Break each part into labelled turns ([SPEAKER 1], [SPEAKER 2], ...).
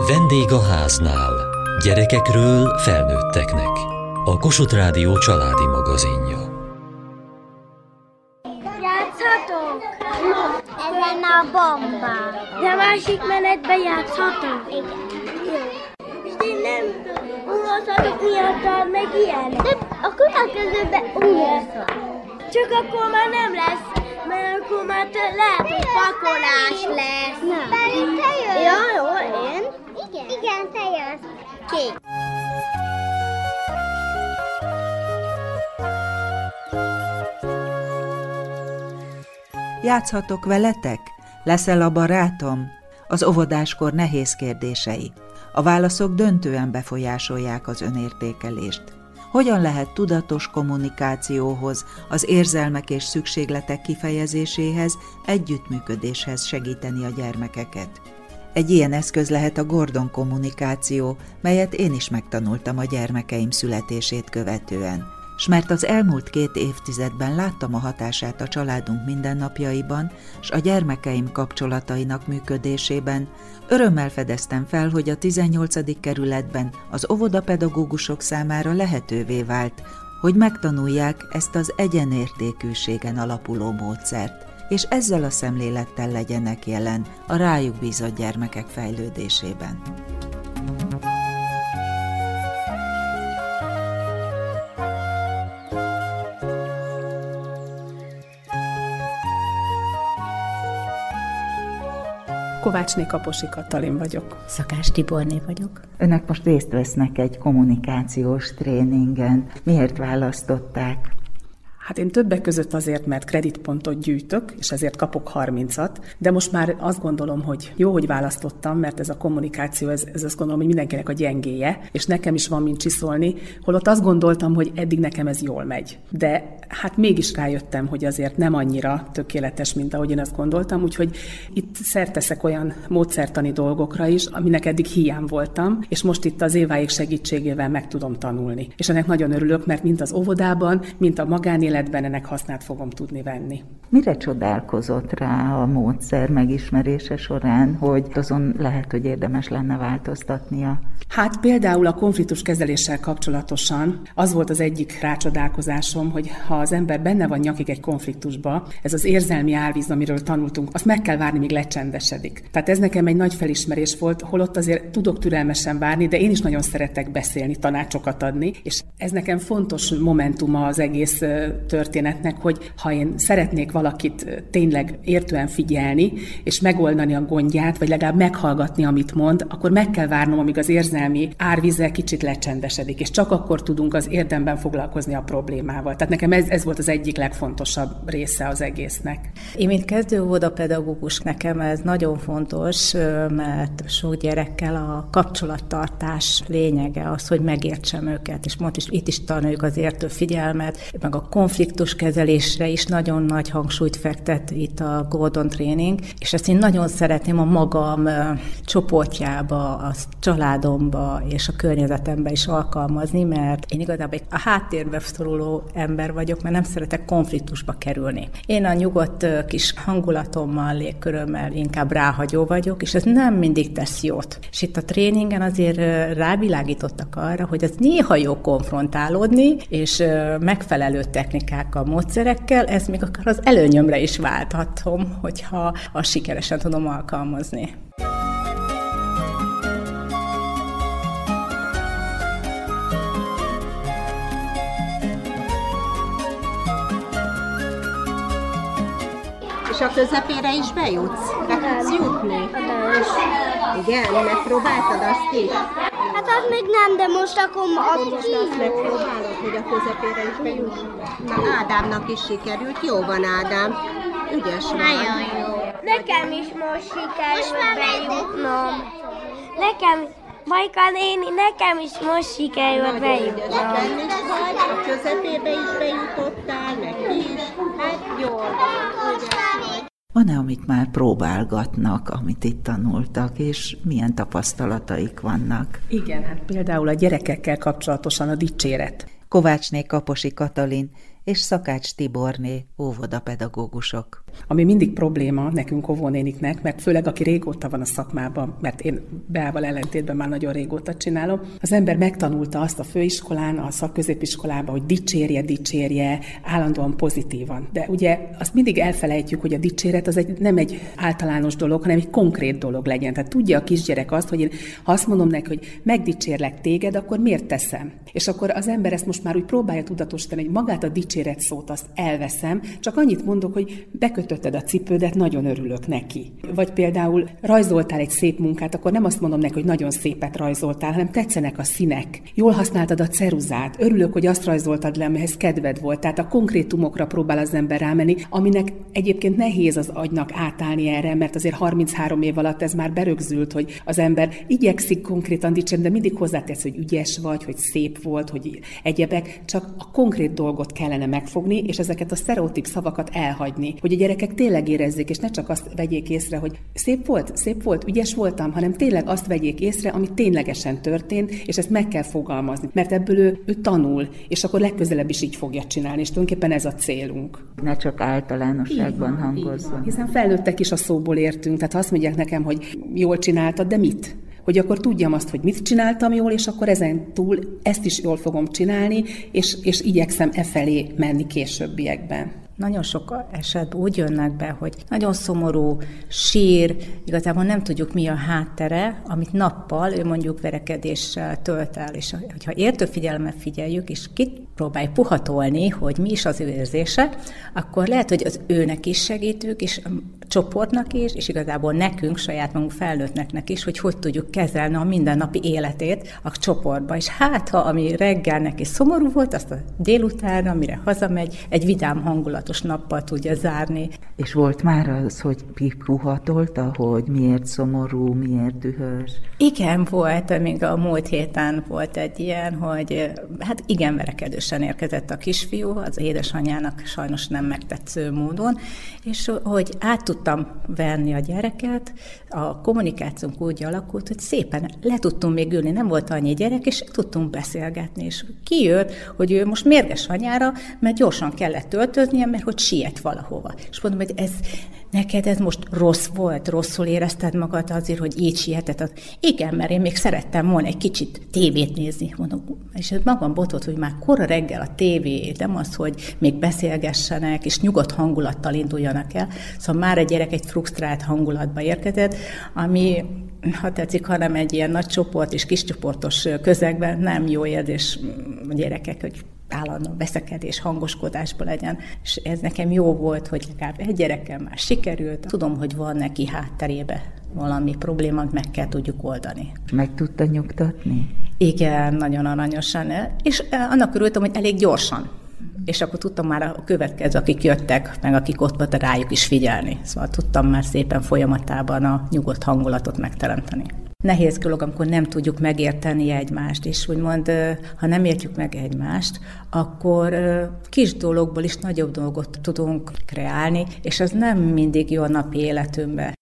[SPEAKER 1] Vendég a háznál. Gyerekekről felnőtteknek. A Kossuth Rádió családi magazinja.
[SPEAKER 2] Játszhatok? Ez lenne a bomba. De másik menetben játszhatok? Igen. Jó. És én nem unalhatok miattad, meg ilyen. De a következőben unalszol. Csak akkor már nem lesz, mert akkor már lehet, hogy pakolás lesz. Nem. Pedig te jössz. Jó, én? Igen. Igen, te jössz. Kék.
[SPEAKER 3] Játszhatok veletek? Leszel a barátom? Az óvodáskor nehéz kérdései. A válaszok döntően befolyásolják az önértékelést. Hogyan lehet tudatos kommunikációhoz, az érzelmek és szükségletek kifejezéséhez, együttműködéshez segíteni a gyermekeket? Egy ilyen eszköz lehet a Gordon kommunikáció, melyet én is megtanultam a gyermekeim születését követően. S mert az elmúlt 2 évtizedben láttam a hatását a családunk mindennapjaiban, s a gyermekeim kapcsolatainak működésében, örömmel fedeztem fel, hogy a 18. kerületben az óvodapedagógusok számára lehetővé vált, hogy megtanulják ezt az egyenértékűségen alapuló módszert, és ezzel a szemlélettel legyenek jelen a rájuk bízott gyermekek fejlődésében.
[SPEAKER 4] Kovácsné Kaposi Katalin vagyok.
[SPEAKER 5] Szakács Tiborné vagyok.
[SPEAKER 3] Önök most részt vesznek egy kommunikációs tréningen. Miért választották?
[SPEAKER 4] Hát én többek között azért, mert kreditpontot gyűjtök, és ezért kapok 30-at, de most már azt gondolom, hogy jó, hogy választottam, mert ez a kommunikáció, ez azt gondolom, hogy mindenkinek a gyengéje, és nekem is van mint csiszolni, holott azt gondoltam, hogy eddig nekem ez jól megy. De hát mégis rájöttem, hogy azért nem annyira tökéletes, mint ahogy én azt gondoltam, úgyhogy itt szert teszek olyan módszertani dolgokra is, aminek eddig hiány voltam, és most itt az Éváék segítségével meg tudom tanulni. És ennek nagyon örülök, mert mint az óvodában, mint a magánéletben ennek hasznát fogom tudni venni.
[SPEAKER 3] Mire csodálkozott rá a módszer megismerése során, hogy azon lehet, hogy érdemes lenne változtatnia?
[SPEAKER 4] Hát például a konfliktuskezeléssel kapcsolatosan az volt az egyik rácsodálkozásom, hogy ha az ember benne van nyakig egy konfliktusba, ez az érzelmi árvíz, amiről tanultunk, azt meg kell várni, míg lecsendesedik. Tehát ez nekem egy nagy felismerés volt, holott azért tudok türelmesen várni, de én is nagyon szeretek beszélni, tanácsokat adni, és ez nekem fontos momentuma az egész történetnek, hogy ha én szeretnék valakit tényleg értően figyelni, és megoldani a gondját, vagy legalább meghallgatni, amit mond, akkor meg kell várnom, amíg az érzelmi árvízzel kicsit lecsendesedik, és csak akkor tudunk az érdemben foglalkozni a problémával. Tehát nekem ez volt az egyik legfontosabb része az egésznek.
[SPEAKER 5] Én, mint kezdő óvodapedagógus, nekem ez nagyon fontos, mert sok gyerekkel a kapcsolattartás lényege az, hogy megértsem őket, és most is itt is tanuljuk az értő figyelmet, meg a konfliktuskezelésre is nagyon nagy hangsúlyt fektet itt a Gordon Training, és ezt én nagyon szeretném a magam csoportjába, a családomba és a környezetembe is alkalmazni, mert én igazából a háttérbe szoruló ember vagyok, mert nem szeretek konfliktusba kerülni. Én a nyugodt kis hangulatommal, légkörömmel inkább ráhagyó vagyok, és ez nem mindig tesz jót. És itt a tréningen azért rávilágítottak arra, hogy ez néha jó konfrontálódni, és megfelelő technikákkal, módszerekkel, ez még akár az előnyömre is válthatom, hogyha azt sikeresen tudom alkalmazni.
[SPEAKER 6] És a közepére is bejutsz? Be tudsz jutni? Igen, megpróbáltad azt is?
[SPEAKER 2] Hát az még nem, de most akkor
[SPEAKER 6] Most azt megpróbálod, hogy a közepére is bejutsz. Na, Ádámnak is sikerült. Jó van, Ádám. Ügyes vagy.
[SPEAKER 2] nagyon jó. Nekem is most sikerült bejutnom. Majka néni, nekem is most sikerült bejutnom.
[SPEAKER 6] Nagyon ügyes vagy, a közepébe is bejutottál, meg ki is. Hát jól van, ügyes vagy.
[SPEAKER 3] Van-e, amit már próbálgatnak, amit itt tanultak, és milyen tapasztalataik vannak?
[SPEAKER 4] Igen, hát például a gyerekekkel kapcsolatosan a dicséret.
[SPEAKER 3] Kovácsné Kaposi Katalin és Szakács Tiborné óvodapedagógusok.
[SPEAKER 4] Ami mindig probléma nekünk óvónéniknek, mert főleg aki régóta van a szakmában, mert én Beával ellentétben már nagyon régóta csinálom, az ember megtanulta azt a főiskolán, a szakközépiskolában, hogy dicsérje, állandóan pozitívan. De ugye azt mindig elfelejtjük, hogy a dicséret az nem egy általános dolog, hanem egy konkrét dolog legyen. Tehát tudja a kisgyerek azt, hogy én, ha azt mondom neki, hogy megdicsérlek téged, akkor miért teszem? És akkor az ember ezt most már úgy próbálja tudatosítani, hogy magát a dicséret szót azt elveszem, csak annyit mondok, hogy bekötötted a cipődet, nagyon örülök neki. Vagy például rajzoltál egy szép munkát, akkor nem azt mondom neki, hogy nagyon szépet rajzoltál, hanem tetszenek a színek. Jól használtad a ceruzát, örülök, hogy azt rajzoltad le, amihez kedved volt. Tehát a konkrétumokra próbál az ember rámenni, aminek egyébként nehéz az agynak átállni erre, mert azért 33 év alatt ez már berögzült, hogy az ember igyekszik konkrétan dicsérni, de mindig hozzátesz, hogy ügyes vagy, hogy szép volt, hogy egyebek, csak a konkrét dolgot kellene megfogni, és ezeket a sztereotíp szavakat elhagyni, hogy a gyerekek tényleg érezzék, és ne csak azt vegyék észre, hogy szép volt, ügyes voltam, hanem tényleg azt vegyék észre, ami ténylegesen történt, és ezt meg kell fogalmazni, mert ebből ő tanul, és akkor legközelebb is így fogja csinálni, és tulajdonképpen ez a célunk.
[SPEAKER 3] Ne csak általánosságban hangozzon.
[SPEAKER 4] Hiszen felnőttek is a szóból értünk, tehát ha azt mondják nekem, hogy jól csináltad, de mit? Hogy akkor tudjam azt, hogy mit csináltam jól, és akkor ezen túl ezt is jól fogom csinálni, és igyekszem felé menni későbbiekben.
[SPEAKER 5] Nagyon sok esetben úgy jönnek be, hogy nagyon szomorú, sír, igazából nem tudjuk, mi a háttere, amit nappal ő mondjuk verekedéssel tölt el. És hogyha értő figyelemmel figyeljük, és próbálj puhatolni, hogy mi is az ő érzése, akkor lehet, hogy az őnek is segítünk, és a csoportnak is, és igazából nekünk, saját magunk felnőttnek is, hogy tudjuk kezelni a mindennapi életét a csoportba. És hát, ha ami reggel neki szomorú volt, azt a délutánra, mire hazamegy, egy vidám hangulatos nappal tudja zárni.
[SPEAKER 3] És volt már az, hogy puhatolta, hogy miért szomorú, miért dühös?
[SPEAKER 5] Igen, volt, még a múlt héten volt egy ilyen, hogy hát igen verekedősen érkezett a kisfiú, az édesanyjának sajnos nem megtetsző módon, és hogy át tudtam venni a gyereket, a kommunikációnk úgy alakult, hogy szépen le tudtunk még ülni, nem volt annyi gyerek, és tudtunk beszélgetni, és kijött, hogy ő most mérges anyára, mert gyorsan kellett töltöznie, mert hogy siet valahova. És mondom, hogy neked ez most rossz volt, rosszul érezted magad azért, hogy így sietett. Igen, mert én még szerettem volna egy kicsit tévét nézni. Mondom, és magam botott, hogy már kora reggel a tévé, nem az, hogy még beszélgessenek, és nyugodt hangulattal induljanak el. Szóval már a gyerek egy frusztrált hangulatba érkezett, ami, ha tetszik, hanem egy ilyen nagy csoport és kiscsoportos közegben nem jó érzés a gyerekek, hogy állandó veszekedés, hangoskodásba legyen. És ez nekem jó volt, hogy legalább egy gyerekkel már sikerült. Tudom, hogy van neki hátterébe valami problémát, meg kell tudjuk oldani.
[SPEAKER 3] Meg tudta nyugtatni?
[SPEAKER 5] Igen, nagyon aranyosan. És annak örültem, hogy elég gyorsan. És akkor tudtam már a következő, akik jöttek, meg akik ott voltak, rájuk is figyelni. Szóval tudtam már szépen folyamatában a nyugodt hangulatot megteremteni. Nehéz dolog, amikor nem tudjuk megérteni egymást, és úgymond, ha nem értjük meg egymást, akkor kis dologból is nagyobb dolgot tudunk kreálni, és ez nem mindig jó a napi életünkben.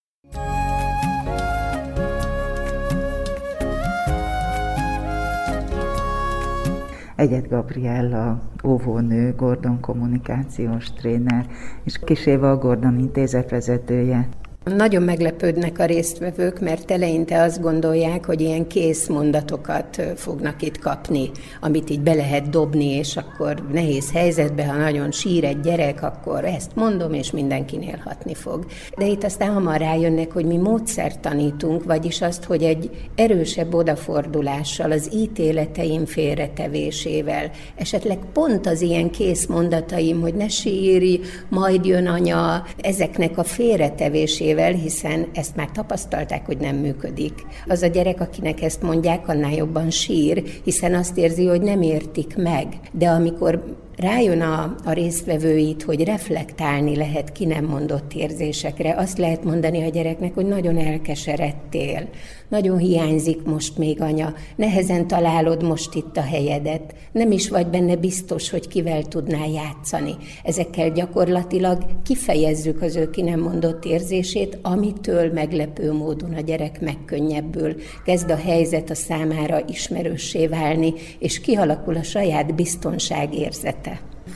[SPEAKER 3] Egyed Gabriella, óvónő, Gordon kommunikációs tréner, és Kis Éva a Gordon intézet vezetője.
[SPEAKER 7] Nagyon meglepődnek a résztvevők, mert eleinte azt gondolják, hogy ilyen kész mondatokat fognak itt kapni, amit így be lehet dobni, és akkor nehéz helyzetben, ha nagyon sír egy gyerek, akkor ezt mondom, és mindenkinél hatni fog. De itt aztán hamar rájönnek, hogy mi módszert tanítunk, vagyis azt, hogy egy erősebb odafordulással, az ítéleteim félretevésével, esetleg pont az ilyen kész mondataim, hogy ne sírj, majd jön anya, ezeknek a félretevésével, hiszen ezt már tapasztalták, hogy nem működik. Az a gyerek, akinek ezt mondják, annál jobban sír, hiszen azt érzi, hogy nem értik meg. De amikor rájön a résztvevőit, hogy reflektálni lehet ki nem mondott érzésekre, azt lehet mondani a gyereknek, hogy nagyon elkeseredtél, nagyon hiányzik most még anya, nehezen találod most itt a helyedet, nem is vagy benne biztos, hogy kivel tudnál játszani. Ezekkel gyakorlatilag kifejezzük az ő ki nem mondott érzését, amitől meglepő módon a gyerek megkönnyebbül. Kezd a helyzet a számára ismerőssé válni, és kialakul a saját biztonságérzete.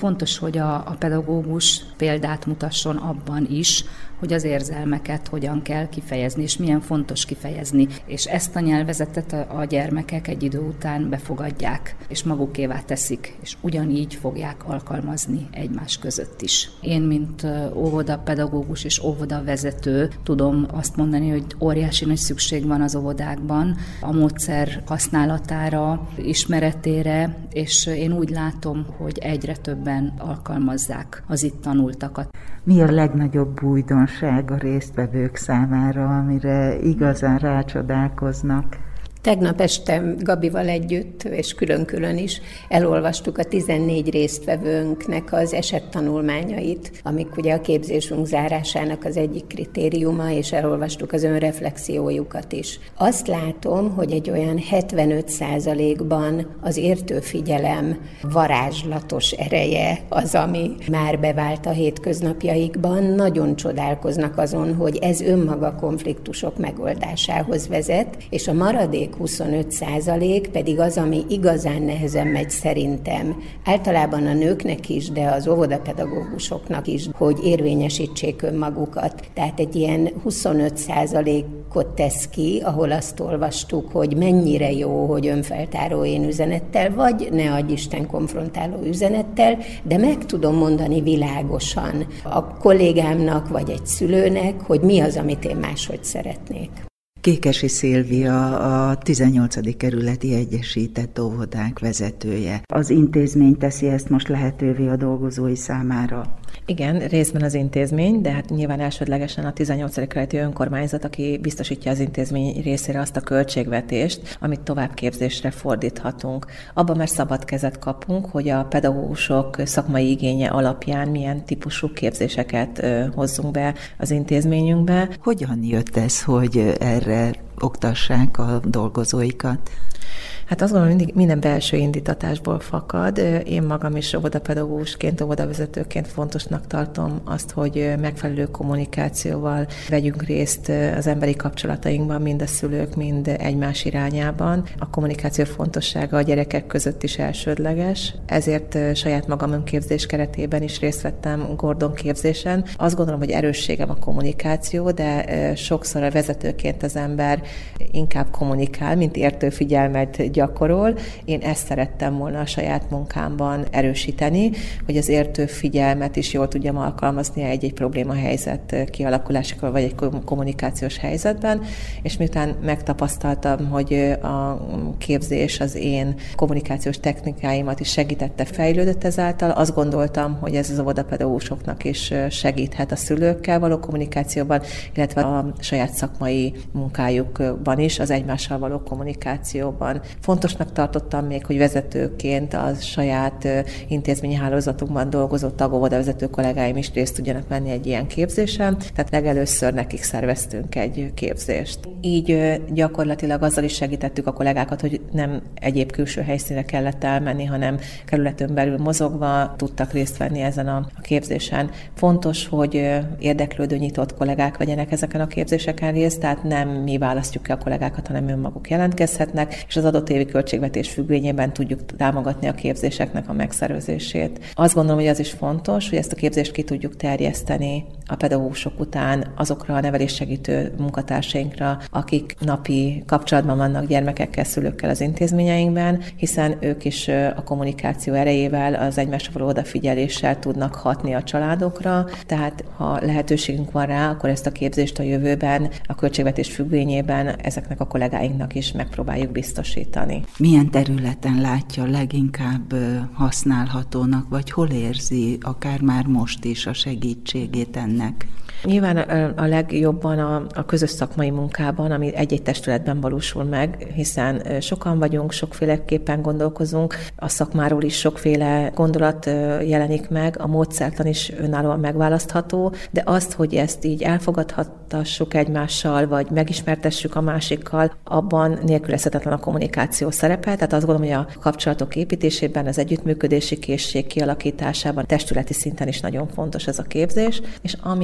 [SPEAKER 8] fontos, hogy a pedagógus példát mutasson abban is, hogy az érzelmeket hogyan kell kifejezni, és milyen fontos kifejezni. És ezt a nyelvezetet a gyermekek egy idő után befogadják, és magukévá teszik, és ugyanígy fogják alkalmazni egymás között is. Én, mint óvodapedagógus és óvodavezető tudom azt mondani, hogy óriási nagy szükség van az óvodákban a módszer használatára, ismeretére, és én úgy látom, hogy egyre többen alkalmazzák az itt tanultakat.
[SPEAKER 3] Mi a legnagyobb újdonság a résztvevők számára, amire igazán rácsodálkoznak?
[SPEAKER 7] Tegnap este Gabival együtt, és külön-külön is elolvastuk a 14 résztvevőnknek az esettanulmányait, amik ugye a képzésünk zárásának az egyik kritériuma, és elolvastuk az önreflexiójukat is. Azt látom, hogy egy olyan 75%-ban az értőfigyelem varázslatos ereje az, ami már bevált a hétköznapjaikban. Nagyon csodálkoznak azon, hogy ez önmaga konfliktusok megoldásához vezet, és a maradék 25% pedig az, ami igazán nehezen megy szerintem. Általában a nőknek is, de az óvodapedagógusoknak is, hogy érvényesítsék önmagukat. Tehát egy ilyen 25%-ot tesz ki, ahol azt olvastuk, hogy mennyire jó, hogy önfeltáró én üzenettel, vagy ne adj Isten konfrontáló üzenettel, de meg tudom mondani világosan a kollégámnak, vagy egy szülőnek, hogy mi az, amit én máshogy szeretnék.
[SPEAKER 3] Kékesi Szilvia, a 18. kerületi egyesített óvodák vezetője. Az intézmény teszi ezt most lehetővé a dolgozói számára?
[SPEAKER 9] Igen, részben az intézmény, de hát nyilván elsődlegesen a 18. kerületi önkormányzat, aki biztosítja az intézmény részére azt a költségvetést, amit továbbképzésre fordíthatunk. Abban már szabad kezet kapunk, hogy a pedagógusok szakmai igénye alapján milyen típusú képzéseket hozzunk be az intézményünkbe.
[SPEAKER 3] Hogyan jött ez, hogy erre oktassák a dolgozóikat?
[SPEAKER 9] Hát azt gondolom, mindig minden belső indítatásból fakad. Én magam is óvodapedagógusként, óvodavezetőként fontosnak tartom azt, hogy megfelelő kommunikációval vegyünk részt az emberi kapcsolatainkban, mind a szülők, mind egymás irányában. A kommunikáció fontossága a gyerekek között is elsődleges, ezért saját magam önképzés keretében is részt vettem Gordon képzésen. Azt gondolom, hogy erősségem a kommunikáció, de sokszor a vezetőként az ember inkább kommunikál, mint értő figyelmet gyakorol. Én ezt szerettem volna a saját munkámban erősíteni, hogy az értő figyelmet is jól tudjam alkalmazni egy-egy problémahelyzet kialakulásakor, vagy egy kommunikációs helyzetben, és miután megtapasztaltam, hogy a képzés az én kommunikációs technikáimat is segítette, fejlődött ezáltal, azt gondoltam, hogy ez az óvodapedagógusoknak is segíthet a szülőkkel való kommunikációban, illetve a saját szakmai munkájukban is, az egymással való kommunikációban. Fontosnak tartottam még, hogy vezetőként a saját intézményi hálózatunkban dolgozó tagóvodavezető kollégáim is részt tudjanak venni egy ilyen képzésen, tehát legelőször nekik szerveztünk egy képzést. Így gyakorlatilag azzal is segítettük a kollégákat, hogy nem egyéb külső helyszínre kellett elmenni, hanem kerületön belül mozogva tudtak részt venni ezen a képzésen. Fontos, hogy érdeklődő, nyitott kollégák vegyenek ezeken a képzéseken részt, tehát nem mi választjuk ki a kollégákat, hanem önmaguk jelentkezhetnek, és az adott évi költségvetés függvényében tudjuk támogatni a képzéseknek a megszervezését. Azt gondolom, hogy az is fontos, hogy ezt a képzést ki tudjuk terjeszteni a pedagógusok után azokra a neveléssegítő munkatársainkra, akik napi kapcsolatban vannak gyermekekkel, szülőkkel az intézményeinkben, hiszen ők is a kommunikáció erejével, az egymásra való odafigyeléssel tudnak hatni a családokra, tehát ha lehetőségünk van rá, akkor ezt a képzést a jövőben, a költségvetés függvényében ezeknek a kollégáinknak is megpróbáljuk biztosítani.
[SPEAKER 3] Milyen területen látja leginkább használhatónak, vagy hol érzi akár már most is a segítségét ennek?
[SPEAKER 9] Nyilván a legjobban a közös szakmai munkában, ami egy-egy testületben valósul meg, hiszen sokan vagyunk, sokféleképpen gondolkozunk, a szakmáról is sokféle gondolat jelenik meg, a módszertan is önállóan megválasztható, de azt, hogy ezt így elfogadhassuk egymással, vagy megismertessük a másikkal, abban nélkülözhetetlen a kommunikáció szerepe, tehát azt gondolom, hogy a kapcsolatok építésében, az együttműködési készség kialakításában, testületi szinten is nagyon fontos ez a képzés, és ami még nagyon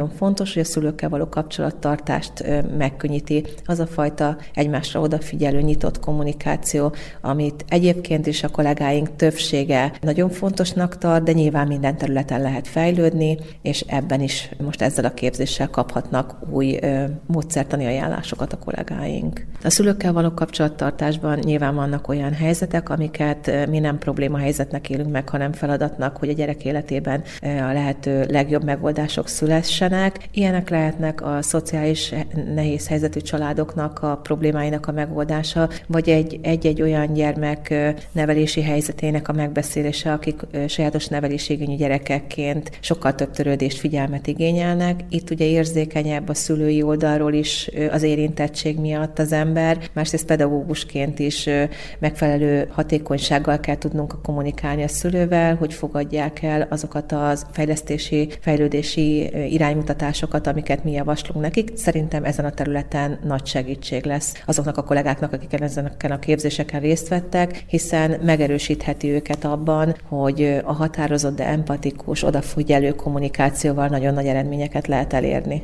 [SPEAKER 9] nagyon fontos, hogy a szülőkkel való kapcsolattartást megkönnyíti az a fajta egymásra odafigyelő, nyitott kommunikáció, amit egyébként is a kollégáink többsége nagyon fontosnak tart, de nyilván minden területen lehet fejlődni, és ebben is most ezzel a képzéssel kaphatnak új módszertani ajánlásokat a kollégáink. A szülőkkel való kapcsolattartásban nyilván vannak olyan helyzetek, amiket mi nem probléma helyzetnek élünk meg, hanem feladatnak, hogy a gyerek életében a lehető legjobb megoldások szülessenek. Ilyenek lehetnek a szociális nehéz helyzetű családoknak a problémáinak a megoldása, vagy egy olyan gyermek nevelési helyzetének a megbeszélése, akik sajátos nevelési igényű gyerekekként sokkal több törődést, figyelmet igényelnek. Itt ugye érzékenyebb a szülői oldalról is az érintettség miatt az ember, másrészt pedagógusként is megfelelő hatékonysággal kell tudnunk kommunikálni a szülővel, hogy fogadják el azokat a fejlődési iránymutatásokat, amiket mi javaslunk nekik. Szerintem ezen a területen nagy segítség lesz azoknak a kollégáknak, akik ezeken a képzéseken részt vettek, hiszen megerősítheti őket abban, hogy a határozott, de empatikus, odafigyelő kommunikációval nagyon nagy eredményeket lehet elérni.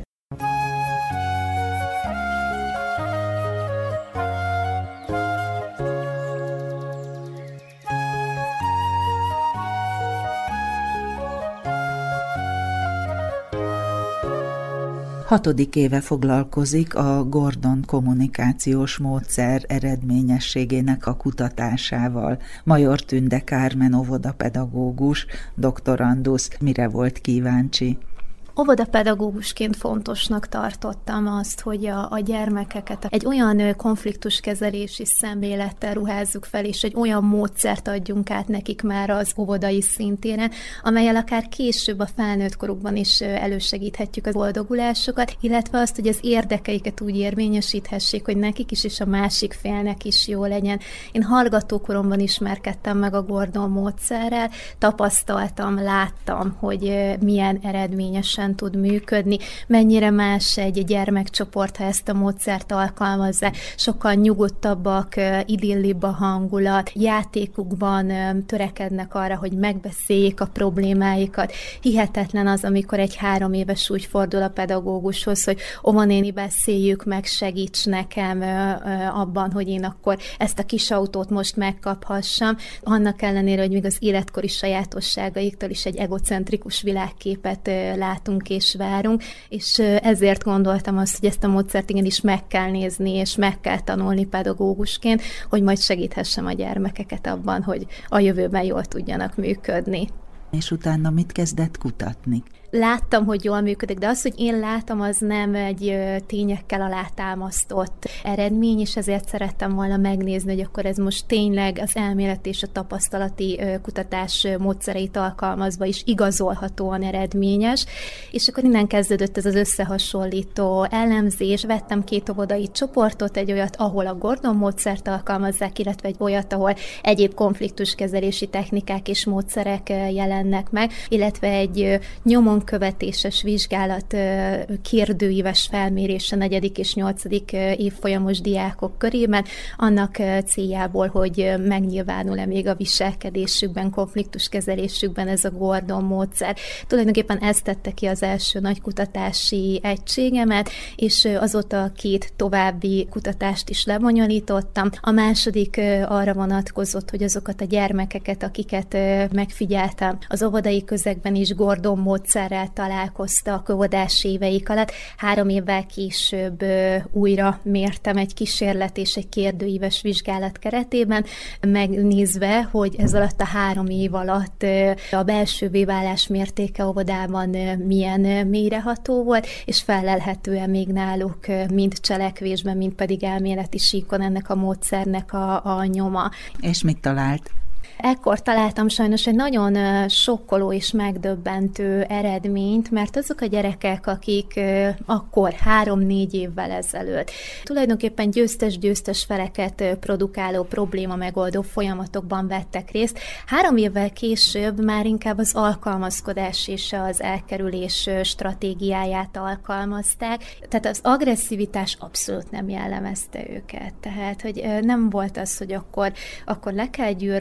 [SPEAKER 3] Hatodik éve foglalkozik a Gordon kommunikációs módszer eredményességének a kutatásával. Major Tünde Kármen óvodapedagógus, doktorandusz, mire volt kíváncsi?
[SPEAKER 10] Óvodapedagógusként fontosnak tartottam azt, hogy a gyermekeket egy olyan konfliktuskezelési szemlélettel ruházzuk fel, és egy olyan módszert adjunk át nekik már az óvodai szintéren, amellyel akár később a felnőtt korukban is elősegíthetjük a boldogulásokat, illetve azt, hogy az érdekeiket úgy érvényesíthessék, hogy nekik is és a másik félnek is jó legyen. Én hallgatókoromban ismerkedtem meg a Gordon módszerrel, tapasztaltam, láttam, hogy milyen eredményesen tud működni, mennyire más egy gyermekcsoport, ha ezt a módszert alkalmazza, sokkal nyugodtabbak, idillibb a hangulat, játékukban törekednek arra, hogy megbeszéljék a problémáikat. Hihetetlen az, amikor egy 3 éves úgy fordul a pedagógushoz, hogy Ova néni, beszéljük meg, segíts nekem abban, hogy én akkor ezt a kis autót most megkaphassam. Annak ellenére, hogy még az életkori sajátosságaiktól is egy egocentrikus világképet látunk és várunk, és ezért gondoltam azt, hogy ezt a módszert igenis meg kell nézni, és meg kell tanulni pedagógusként, hogy majd segíthessem a gyermekeket abban, hogy a jövőben jól tudjanak működni.
[SPEAKER 3] És utána mit kezdett kutatni?
[SPEAKER 10] Láttam, hogy jól működik, de az, hogy én látom, az nem egy tényekkel alátámasztott eredmény, és ezért szerettem volna megnézni, hogy akkor ez most tényleg az elmélet és a tapasztalati kutatás módszereit alkalmazva is igazolhatóan eredményes, és akkor innen kezdődött ez az összehasonlító elemzés. Vettem 2 óvodai csoportot, egy olyat, ahol a Gordon módszert alkalmazzák, illetve egy olyat, ahol egyéb konfliktuskezelési technikák és módszerek jelennek meg, illetve egy nyomon követéses vizsgálat kérdőíves felmérése 4. és 8. évfolyamos diákok körében, annak céljából, hogy megnyilvánul-e még a viselkedésükben, konfliktuskezelésükben ez a Gordon módszer. Tulajdonképpen ez tette ki az első nagy kutatási egységemet, és azóta 2 további kutatást is lebonyolítottam. A második arra vonatkozott, hogy azokat a gyermekeket, akiket megfigyeltem az óvodai közegben is Gordon módszer találkoztak óvodás éveik alatt. 3 évvel később újra mértem egy kísérlet és egy kérdőíves vizsgálat keretében, megnézve, hogy ez alatt a 3 év alatt a belső válás mértéke óvodában milyen mélyreható volt, és felelhetően még náluk mind cselekvésben, mind pedig elméleti síkon ennek a módszernek a nyoma.
[SPEAKER 3] És mit talált?
[SPEAKER 10] Ekkor találtam sajnos egy nagyon sokkoló és megdöbbentő eredményt, mert azok a gyerekek, akik akkor 3-4 évvel ezelőtt tulajdonképpen győztes feleket produkáló, probléma megoldó folyamatokban vettek részt, 3 évvel később már inkább az alkalmazkodás és az elkerülés stratégiáját alkalmazták. Tehát az agresszivitás abszolút nem jellemezte őket. Tehát, hogy nem volt az, hogy akkor le kell gyűrni, és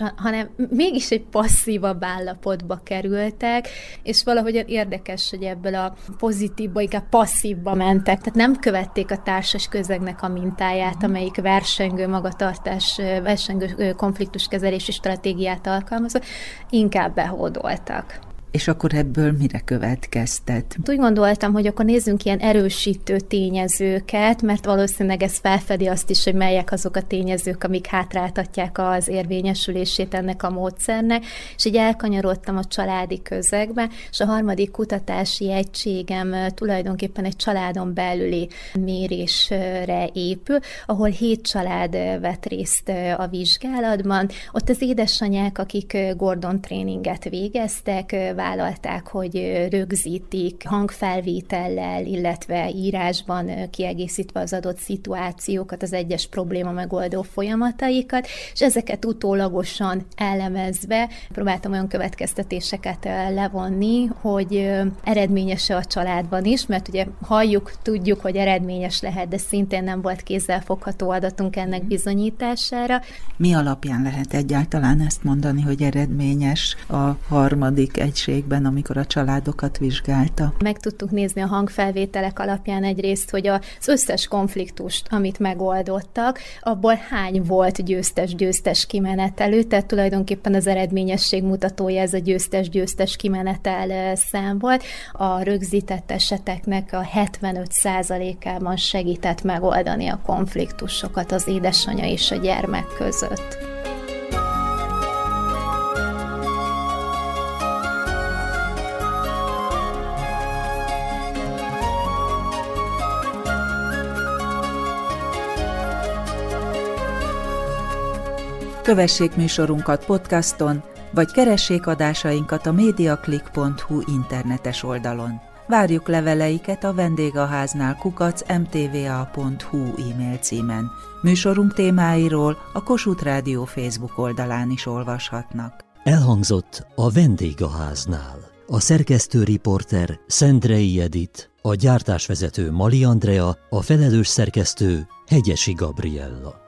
[SPEAKER 10] hanem mégis egy passzívabb állapotba kerültek, és valahogyan érdekes, hogy ebből a pozitívba, inkább passzívba mentek, tehát nem követték a társas közegnek a mintáját, amelyik versengő magatartás, versengő konfliktuskezelési stratégiát alkalmazott, inkább behódoltak.
[SPEAKER 3] És akkor ebből mire következtet?
[SPEAKER 10] Úgy gondoltam, hogy akkor nézzünk ilyen erősítő tényezőket, mert valószínűleg ez felfedi azt is, hogy melyek azok a tényezők, amik hátráltatják az érvényesülését ennek a módszernek, és így elkanyarodtam a családi közegbe, és a harmadik kutatási egységem tulajdonképpen egy családon belüli mérésre épül, ahol 7 család vett részt a vizsgálatban. Ott az édesanyák, akik Gordon tréninget végeztek, vállalták, hogy rögzítik hangfelvétellel, illetve írásban kiegészítve az adott szituációkat, az egyes probléma megoldó folyamataikat, és ezeket utólagosan elemezve próbáltam olyan következtetéseket levonni, hogy eredményes-e a családban is, mert ugye halljuk, tudjuk, hogy eredményes lehet, de szintén nem volt kézzelfogható adatunk ennek bizonyítására.
[SPEAKER 3] Mi alapján lehet egyáltalán ezt mondani, hogy eredményes a harmadik egységben, amikor a családokat vizsgálta?
[SPEAKER 10] Meg tudtuk nézni a hangfelvételek alapján egyrészt, hogy az összes konfliktust, amit megoldottak, abból hány volt győztes kimenetelő, tehát tulajdonképpen az eredményesség mutatója ez a győztes kimenetel szám volt. A rögzített eseteknek a 75%-ában segített megoldani a konfliktusokat az édesanyja és a gyermek között.
[SPEAKER 3] Kövessék műsorunkat podcaston, vagy keressék adásainkat a mediaclick.hu internetes oldalon. Várjuk leveleiket a vendégháznál @mtva.hu e-mail címen. Műsorunk témáiról a Kossuth Rádió Facebook oldalán is olvashatnak.
[SPEAKER 1] Elhangzott a vendégháznál. A szerkesztő riporter Szendrei Edith, a gyártásvezető Mali Andrea, a felelős szerkesztő Hegyesi Gabriella.